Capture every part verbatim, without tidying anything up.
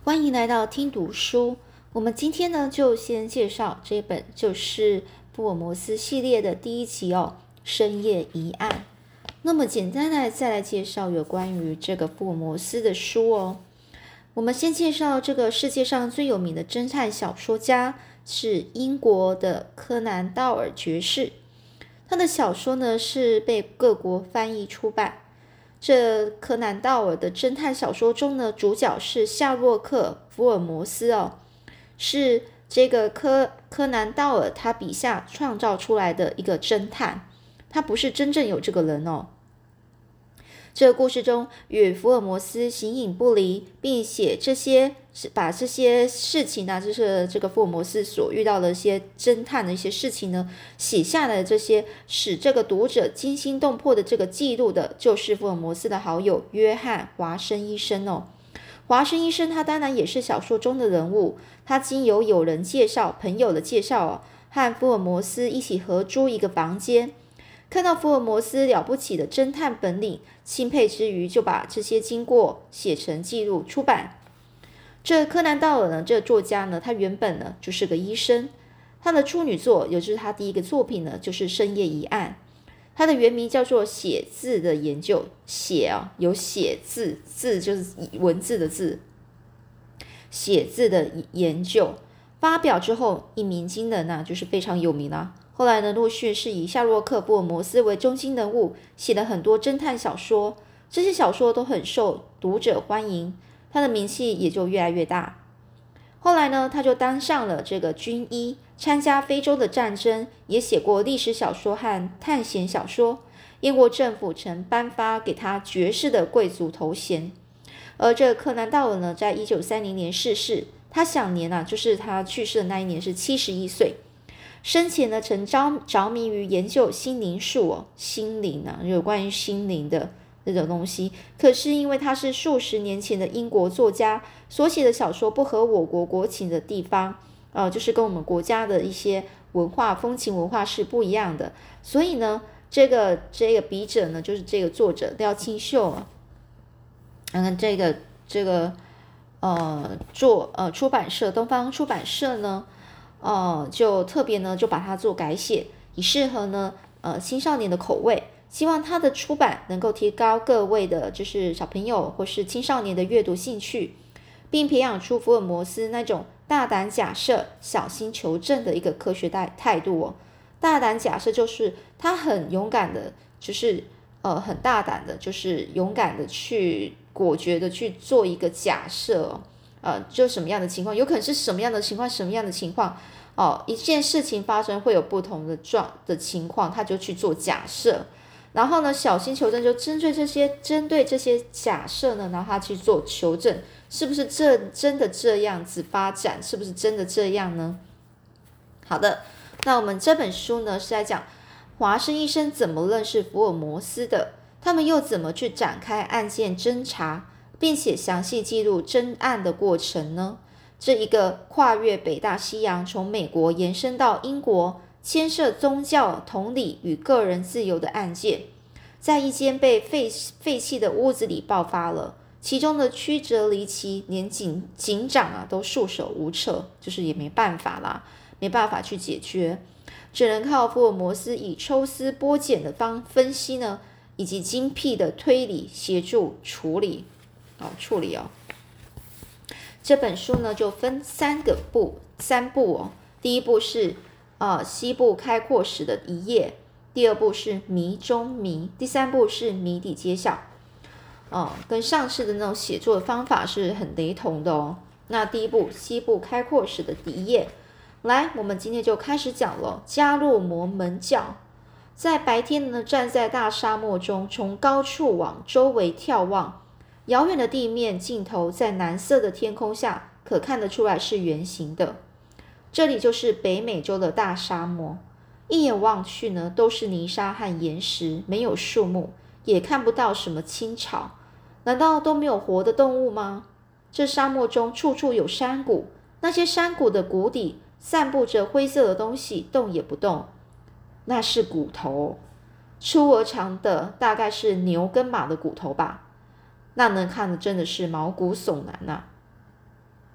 欢迎来到听读书。我们今天呢，就先介绍这本就是福尔摩斯系列的第一集哦，深夜疑案。那么简单的再来介绍有关于这个福尔摩斯的书哦。我们先介绍这个世界上最有名的侦探小说家是英国的柯南道尔爵士，他的小说呢是被各国翻译出版。这柯南道尔的侦探小说中呢，主角是夏洛克·福尔摩斯哦，是这个柯柯南道尔他笔下创造出来的一个侦探，他不是真正有这个人哦。这个故事中与福尔摩斯形影不离，并且这些把这些事情呢，就是这个福尔摩斯所遇到的一些侦探的一些事情呢，写下来的这些使这个读者惊心动魄的这个记录的，就是福尔摩斯的好友约翰·华生医生哦。华生医生他当然也是小说中的人物，他经由友人介绍、朋友的介绍哦，和福尔摩斯一起合租一个房间。看到福尔摩斯了不起的侦探本领，钦佩之余，就把这些经过写成记录出版。这柯南道尔呢，这个作家呢，他原本呢就是个医生，他的处女作，也就是他第一个作品呢，就是《深夜疑案》。他的原名叫做《写字的研究》，写啊有写字，字就是文字的字，写字的研究。发表之后一鸣惊人啊，就是非常有名啊。后来呢，陆续是以夏洛克·福尔摩斯为中心人物，写了很多侦探小说，这些小说都很受读者欢迎，他的名气也就越来越大。后来呢，他就当上了这个军医，参加非洲的战争，也写过历史小说和探险小说。英国政府曾颁发给他爵士的贵族头衔。而这柯南道尔呢，在一九三零年逝世，他享年啊，就是他去世的那一年是七十一岁。生前呢，曾着着迷于研究心灵术哦，心灵啊，有关于心灵的这种东西。可是因为他是数十年前的英国作家，所写的小说不合我国国情的地方，呃，就是跟我们国家的一些文化风情文化是不一样的。所以呢，这个这个笔者呢，就是这个作者廖清秀啊，嗯，这个这个呃做呃出版社东方出版社呢。呃，就特别呢，就把它做改写，以适合呢呃青少年的口味。希望它的出版能够提高各位的，就是小朋友或是青少年的阅读兴趣，并培养出福尔摩斯那种大胆假设、小心求证的一个科学态态度哦。大胆假设就是他很勇敢的，就是呃很大胆的，就是勇敢的去果决的去做一个假设哦。呃，就什么样的情况，有可能是什么样的情况，什么样的情况，哦，一件事情发生会有不同的状的情况，他就去做假设，然后呢，小心求证，就针对这些，针对这些假设呢，然后他去做求证，是不是这真的这样子发展，是不是真的这样呢？好的，那我们这本书呢是在讲华生医生怎么认识福尔摩斯的，他们又怎么去展开案件侦查，并且详细记录侦案的过程呢？这一个跨越北大西洋，从美国延伸到英国，牵涉宗教、同理与个人自由的案件，在一间被废废弃的屋子里爆发了。其中的曲折离奇，连警警长啊都束手无策，就是也没办法啦，没办法去解决，只能靠福尔摩斯以抽丝剥茧的方分析呢，以及精辟的推理协助处理。好处理哦。这本书呢就分三个部，三部哦。第一部是呃西部开阔时的一页，第二部是谜中谜，第三部是谜底揭晓。哦，跟上次的那种写作的方法是很雷同的哦。那第一部西部开阔时的第一页，来，我们今天就开始讲了。加洛摩门教在白天呢，站在大沙漠中，从高处往周围眺望。遥远的地面尽头在蓝色的天空下可看得出来是圆形的，这里就是北美洲的大沙漠，一眼望去呢都是泥沙和岩石，没有树木，也看不到什么青草，难道都没有活的动物吗？这沙漠中处处有山谷，那些山谷的谷底散布着灰色的东西，动也不动，那是骨头，粗而长的，大概是牛跟马的骨头吧。那能看的真的是毛骨悚然啊。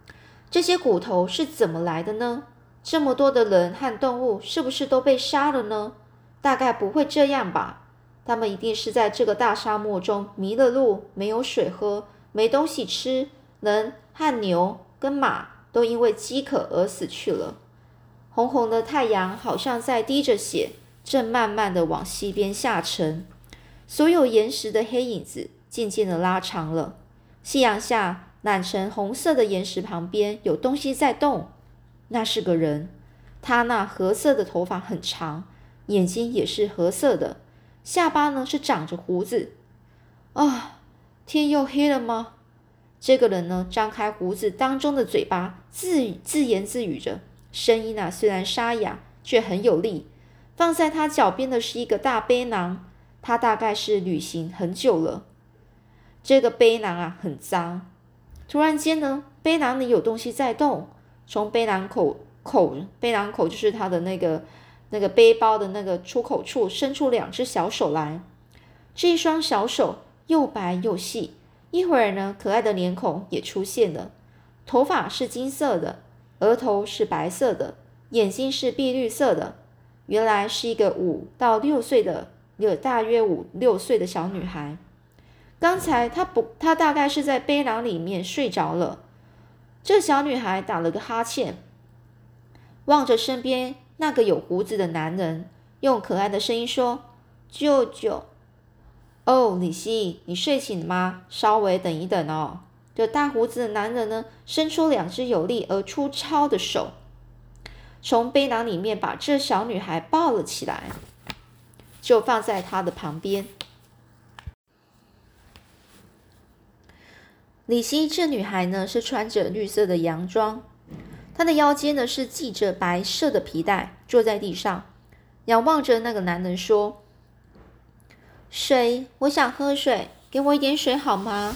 这些骨头是怎么来的呢？这么多的人和动物是不是都被杀了呢？大概不会这样吧。他们一定是在这个大沙漠中迷了路，没有水喝，没东西吃，人和牛跟马都因为饥渴而死去了。红红的太阳好像在滴着血，正慢慢的往西边下沉。所有岩石的黑影子渐渐的拉长了。夕阳下，染成红色的岩石旁边有东西在动，那是个人。他那褐色的头发很长，眼睛也是褐色的，下巴呢是长着胡子。啊，天又黑了吗？这个人呢，张开胡子当中的嘴巴，自自言自语着，声音啊虽然沙哑，却很有力。放在他脚边的是一个大背囊，他大概是旅行很久了。这个背囊啊很脏。突然间呢，背囊里有东西在动，从背囊口口背囊口就是他的那个那个背包的那个出口处伸出两只小手来。这一双小手又白又细，一会儿呢，可爱的脸孔也出现了。头发是金色的，额头是白色的，眼睛是碧绿色的。原来是一个五到六岁的，有大约五六岁的小女孩。刚才她不，她大概是在背囊里面睡着了。这小女孩打了个哈欠，望着身边那个有胡子的男人，用可爱的声音说：“舅舅。”哦，李希，你睡醒了吗？稍微等一等哦。这大胡子的男人呢，伸出两只有力而粗糙的手，从背囊里面把这小女孩抱了起来，就放在她的旁边。李希这女孩呢，是穿着绿色的洋装，她的腰间呢是系着白色的皮带，坐在地上，仰望着那个男人说：“水，我想喝水，给我一点水好吗？”“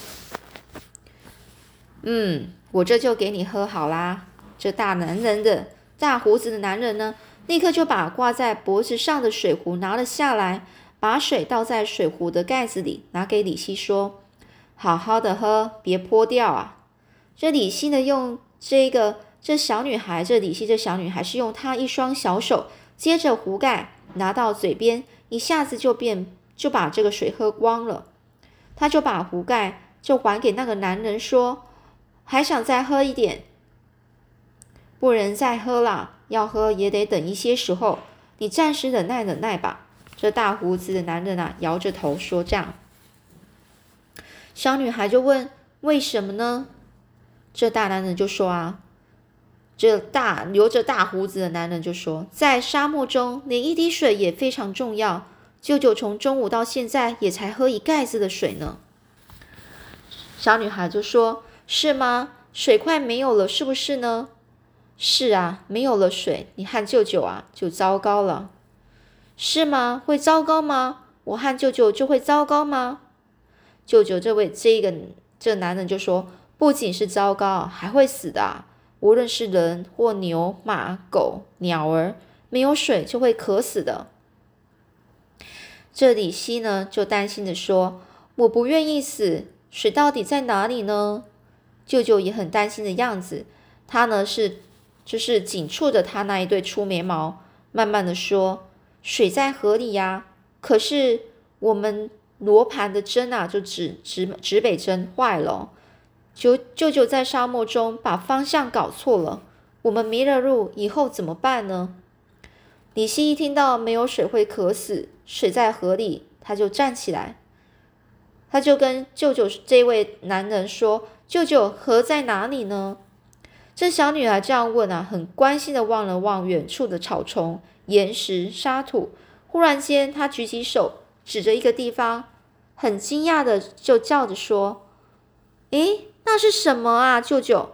嗯，我这就给你喝好啦。”这大男人的大胡子的男人呢，立刻就把挂在脖子上的水壶拿了下来，把水倒在水壶的盖子里，拿给李希说：“好好的喝，别泼掉啊。”这李希呢，用这个这小女孩，这李希这小女孩是用她一双小手接着壶盖拿到嘴边，一下子就变就把这个水喝光了。她就把壶盖就还给那个男人说：“还想再喝一点？不能再喝啦，要喝也得等一些时候，你暂时忍耐忍耐吧。”这大胡子的男人啊，摇着头说这样。小女孩就问：“为什么呢？”这大男人就说啊，这大留着大胡子的男人就说：“在沙漠中，连一滴水也非常重要。舅舅从中午到现在也才喝一盖子的水呢。”小女孩就说：“是吗？水快没有了，是不是呢？”“是啊，没有了水，你和舅舅啊就糟糕了。”“是吗？会糟糕吗？我和舅舅就会糟糕吗？”舅舅这位这个这男人就说：“不仅是糟糕，还会死的啊。无论是人或牛、马、狗、鸟儿，没有水就会渴死的。”这李希呢，就担心的说：“我不愿意死，水到底在哪里呢？”舅舅也很担心的样子，他呢是就是紧触着他那一对粗眉毛，慢慢的说：“水在河里呀，可是我们罗盘的针啊，就指指指北针坏了。舅舅舅在沙漠中把方向搞错了，我们迷了路，以后怎么办呢？”李希一听到没有水会渴死，水在河里，他就站起来，他就跟舅舅这位男人说：“舅舅，河在哪里呢？”这小女孩这样问啊，很关心的望了望远处的草丛、岩石、沙土。忽然间，她举起手指着一个地方，很惊讶的就叫着说：“诶，那是什么啊，舅舅？”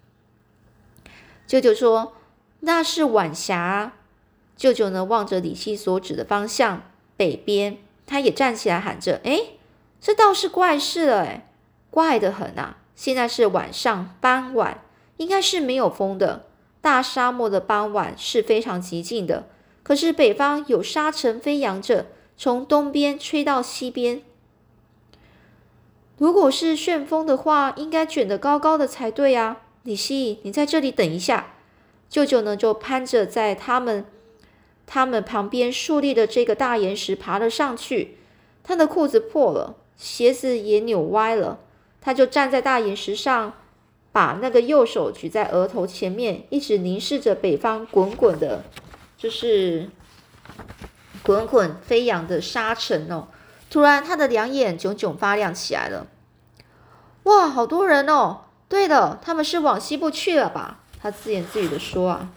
舅舅说：“那是晚霞。”舅舅呢，望着李希所指的方向，北边，他也站起来喊着：“诶，这倒是怪事了，诶，怪得很啊！现在是晚上傍晚，应该是没有风的。大沙漠的傍晚是非常寂静的，可是北方有沙尘飞扬着，从东边吹到西边。如果是旋风的话，应该卷得高高的才对啊。” 李希，你在这里等一下。舅舅呢就攀着在他们他们旁边竖立的这个大岩石爬了上去。他的裤子破了，鞋子也扭歪了，他就站在大岩石上，把那个右手举在额头前面，一直凝视着北方滚滚的，就是滚滚飞扬的沙尘哦。突然，他的两眼炯炯发亮起来了。哇，好多人哦！对了，他们是往西部去了吧？他自言自语的说啊。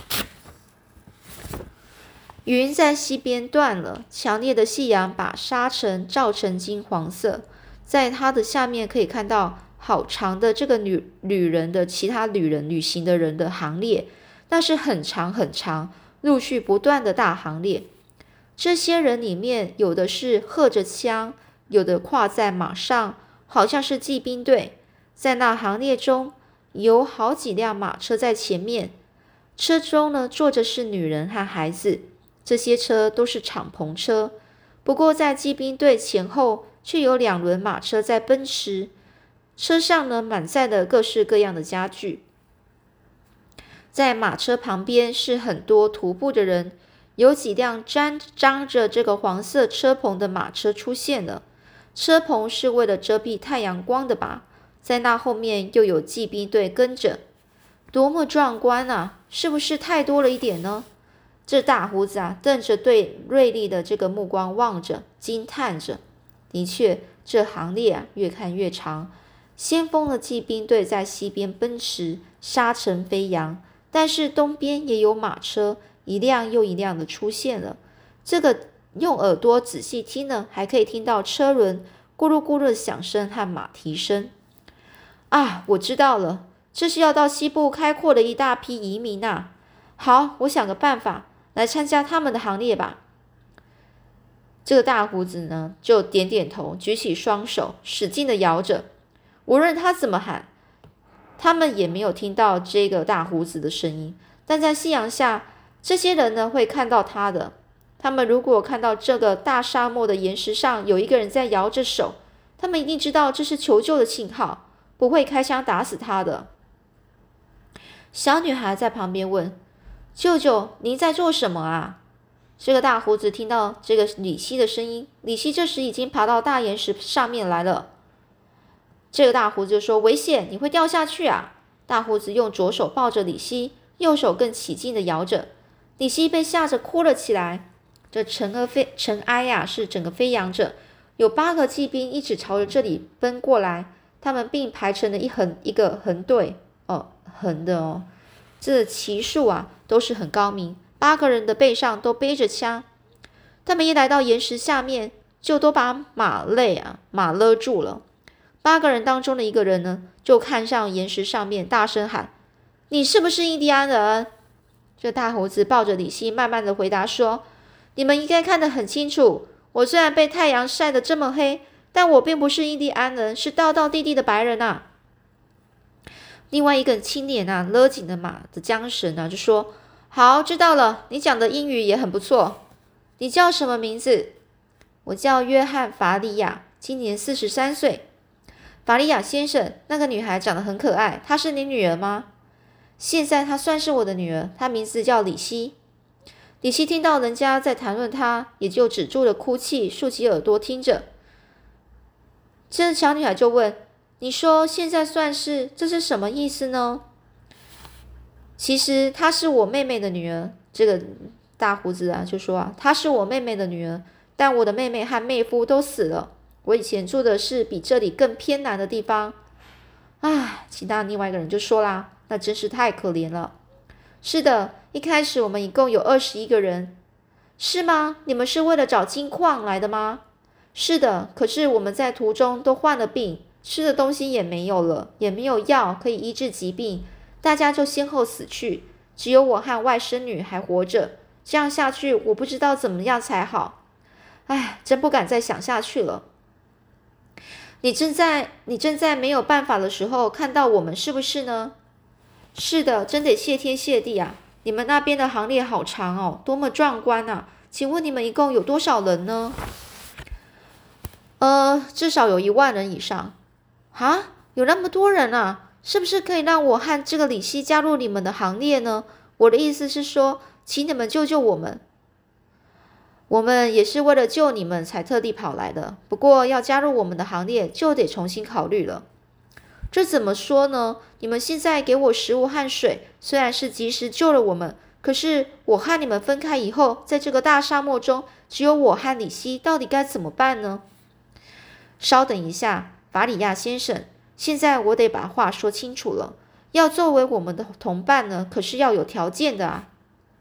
云在西边断了，强烈的夕阳把沙尘照成金黄色。在它的下面可以看到好长的这个旅旅人的其他旅人旅行的人的行列，那是很长很长，陆续不断的大行列。这些人里面有的是喝着枪，有的跨在马上，好像是骑兵队。在那行列中有好几辆马车在前面，车中呢坐着是女人和孩子。这些车都是敞篷车，不过在骑兵队前后却有两轮马车在奔驰，车上呢满载了各式各样的家具。在马车旁边是很多徒步的人，有几辆张张着这个黄色车棚的马车出现了，车棚是为了遮蔽太阳光的吧？在那后面又有骑兵队跟着，多么壮观啊！是不是太多了一点呢？这大胡子啊，瞪着对锐利的这个目光望着，惊叹着。的确，这行列啊越看越长。先锋的骑兵队在西边奔驰，沙尘飞扬，但是东边也有马车，一辆又一辆的出现了。这个用耳朵仔细听呢，还可以听到车轮咕噜咕噜的响声和马蹄声。啊，我知道了，这是要到西部开阔的一大批移民啊。好，我想个办法来参加他们的行列吧。这个大胡子呢，就点点头，举起双手，使劲的摇着。无论他怎么喊，他们也没有听到这个大胡子的声音。但在夕阳下，这些人呢会看到他的。他们如果看到这个大沙漠的岩石上有一个人在摇着手，他们一定知道这是求救的信号，不会开枪打死他的。小女孩在旁边问：“舅舅，您在做什么啊？”这个大胡子听到这个李希的声音，李希这时已经爬到大岩石上面来了。这个大胡子就说：“危险，你会掉下去啊！”大胡子用左手抱着李希，右手更起劲的摇着。李希被吓着哭了起来。这尘埃飞尘埃呀、啊，是整个飞扬着。有八个骑兵一直朝着这里奔过来，他们并排成了一横一个横队哦，横的哦。这骑术啊都是很高明，八个人的背上都背着枪。他们一来到岩石下面，就都把马累啊马勒住了。八个人当中的一个人呢，就看上岩石上面，大声喊：“你是不是印第安人？”这大胡子抱着李希，慢慢的回答说：“你们应该看得很清楚，我虽然被太阳晒得这么黑，但我并不是印第安人，是道道地地的白人啊。”另外一个青年啊，勒紧了马的缰绳啊，就说：“好，知道了，你讲的英语也很不错。你叫什么名字？”“我叫约翰·法里亚，今年四十三岁。”“法里亚先生，那个女孩长得很可爱，她是你女儿吗？”“现在她算是我的女儿，她名字叫李希。”李希听到人家在谈论她，也就止住了哭泣，竖起耳朵听着。这小女孩就问：“你说现在算是，这是什么意思呢？”“其实她是我妹妹的女儿。”这个大胡子啊就说啊：“她是我妹妹的女儿，但我的妹妹和妹夫都死了。我以前住的是比这里更偏南的地方。”唉，其他另外一个人就说啦：“那真是太可怜了。”“是的，一开始我们一共有二十一个人。”“是吗？你们是为了找金矿来的吗？”“是的，可是我们在途中都患了病，吃的东西也没有了，也没有药可以医治疾病，大家就先后死去，只有我和外甥女还活着。这样下去，我不知道怎么样才好。唉，真不敢再想下去了。”“你正在你正在没有办法的时候看到我们，是不是呢？”“是的，真得谢天谢地啊！你们那边的行列好长哦，多么壮观啊！请问你们一共有多少人呢？”“呃，至少有一万人以上。”“啊，有那么多人啊！ 是不是可以让我和这个李希加入你们的行列呢？我的意思是说，请你们救救我们。我们也是为了救你们才特地跑来的，不过要加入我们的行列，就得重新考虑了。这怎么说呢？你们现在给我食物和水，虽然是及时救了我们，可是我和你们分开以后，在这个大沙漠中，只有我和李希，到底该怎么办呢？稍等一下，法里亚先生，现在我得把话说清楚了。要作为我们的同伴呢，可是要有条件的啊。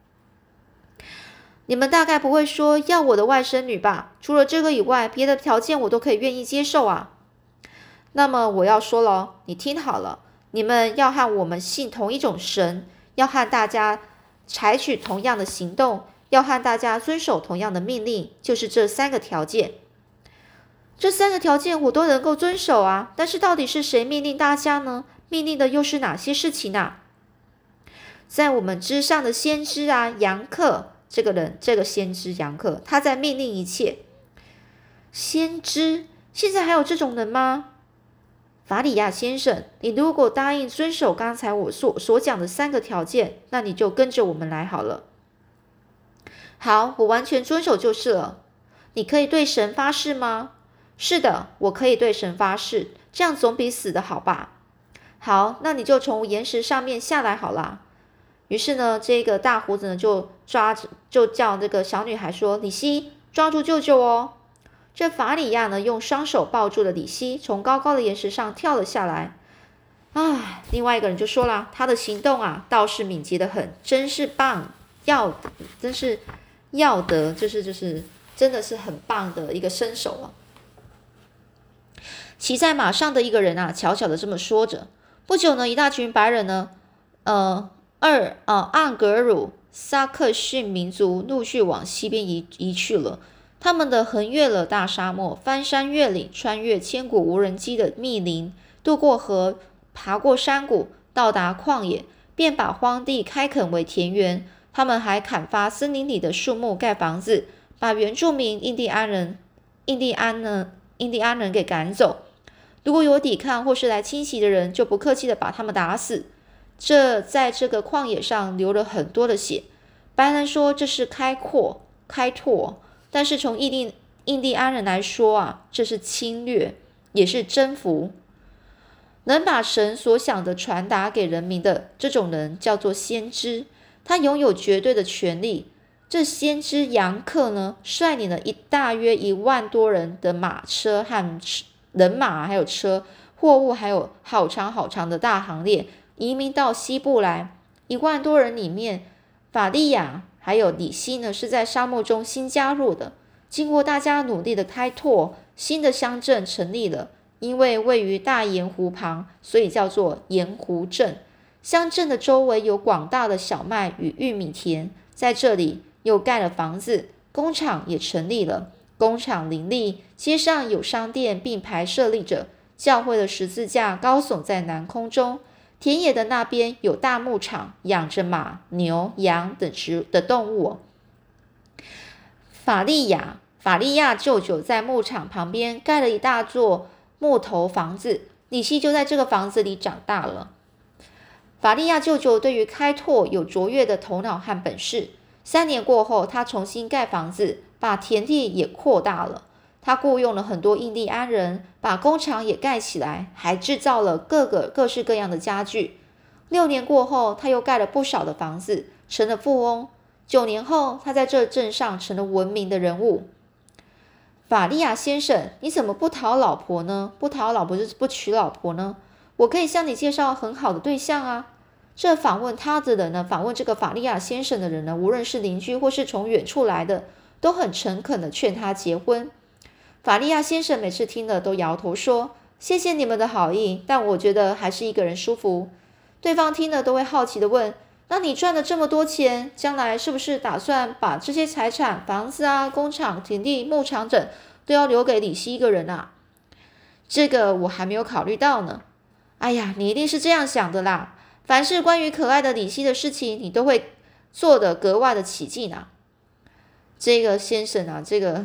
你们大概不会说要我的外甥女吧？除了这个以外，别的条件我都可以愿意接受啊。那么我要说了，你听好了，你们要和我们信同一种神，要和大家采取同样的行动，要和大家遵守同样的命令，就是这三个条件。这三个条件我都能够遵守啊，但是到底是谁命令大家呢？命令的又是哪些事情啊？在我们之上的先知啊，杨克这个人，这个先知杨克，他在命令一切。先知，现在还有这种人吗？法里亚先生，你如果答应遵守刚才我所所讲的三个条件，那你就跟着我们来好了。好，我完全遵守就是了。你可以对神发誓吗？是的，我可以对神发誓，这样总比死的好吧？好，那你就从岩石上面下来好啦。于是呢，这个大胡子呢就抓就叫这个小女孩说：“李希，抓住舅舅哦！”这法里亚呢，用双手抱住了李希，从高高的岩石上跳了下来。啊，另外一个人就说了，他的行动啊，倒是敏捷的很，真是棒，要真是要得，就是就是真的是很棒的一个身手了。骑在马上的一个人啊，悄悄的这么说着。不久呢，一大群白人呢，呃，二呃盎格鲁撒克逊民族陆续往西边移移去了。他们的横越了大沙漠，翻山越岭，穿越千古无人迹的密林，渡过河，爬过山谷，到达旷野，便把荒地开垦为田园。他们还砍伐森林里的树木盖房子，把原住民印第安人、印第安呢、印第安人给赶走。如果有抵抗或是来侵袭的人，就不客气的把他们打死。这在这个旷野上流了很多的血。白人说这是开阔、开拓。但是从印第印第安人来说啊，这是侵略，也是征服。能把神所想的传达给人民的这种人叫做先知，他拥有绝对的权力。这先知杨克呢，率领了一大约一万多人的马车和人马，还有车、货物，还有好长好长的大行列，移民到西部来。一万多人里面，法利亚还有李希呢，是在沙漠中新加入的。经过大家努力的开拓，新的乡镇成立了。因为位于大盐湖旁，所以叫做盐湖镇。乡镇的周围有广大的小麦与玉米田，在这里又盖了房子，工厂也成立了。工厂林立，街上有商店并排设立着，教会的十字架高耸在南空中。田野的那边有大牧场，养着马、牛、羊等植的动物。法利亚法利亚舅舅在牧场旁边盖了一大座木头房子，李希就在这个房子里长大了。法利亚舅舅对于开拓有卓越的头脑和本事。三年过后，他重新盖房子，把田地也扩大了。他雇佣了很多印第安人，把工厂也盖起来，还制造了各个各式各样的家具。六年过后，他又盖了不少的房子，成了富翁。九年后，他在这镇上成了闻名的人物。法利亚先生，你怎么不讨老婆呢？不讨老婆就是不娶老婆呢？我可以向你介绍很好的对象啊。这访问他的人呢，访问这个法利亚先生的人呢，无论是邻居或是从远处来的，都很诚恳的劝他结婚。法利亚先生每次听了都摇头说：“谢谢你们的好意，但我觉得还是一个人舒服。”对方听了都会好奇的问：“那你赚了这么多钱，将来是不是打算把这些财产、房子啊、工厂、田地、牧场等都要留给李希一个人啊？”这个我还没有考虑到呢。哎呀，你一定是这样想的啦。凡是关于可爱的李希的事情，你都会做得格外的起劲啊。这个先生啊，这个，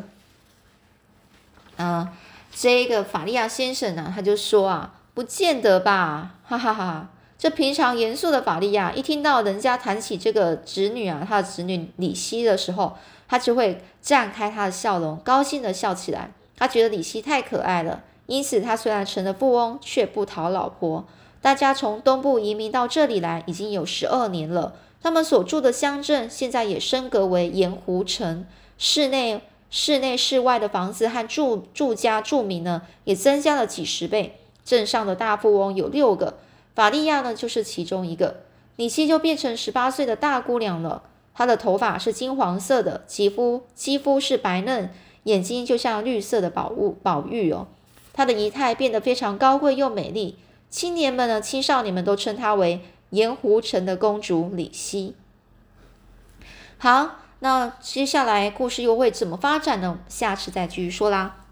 呃，这个法利亚先生呢、啊，他就说啊，不见得吧。 哈哈哈。这平常严肃的法利亚一听到人家谈起这个侄女啊，他的侄女李希的时候，他就会绽开他的笑容，高兴的笑起来。他觉得李希太可爱了，因此他虽然成了富翁，却不讨老婆。大家从东部移民到这里来已经有十二年了，他们所住的乡镇现在也升格为盐湖城，室内室内室外的房子和住住家住民呢也增加了几十倍。镇上的大富翁有六个，法利亚呢就是其中一个。李希就变成十八岁的大姑娘了，她的头发是金黄色的，肌肤肌肤是白嫩，眼睛就像绿色的宝物宝玉哦。她的仪态变得非常高贵又美丽，青年们呢青少年们都称她为盐湖城的公主李希。好，那接下来故事又会怎么发展呢？下次再继续说啦。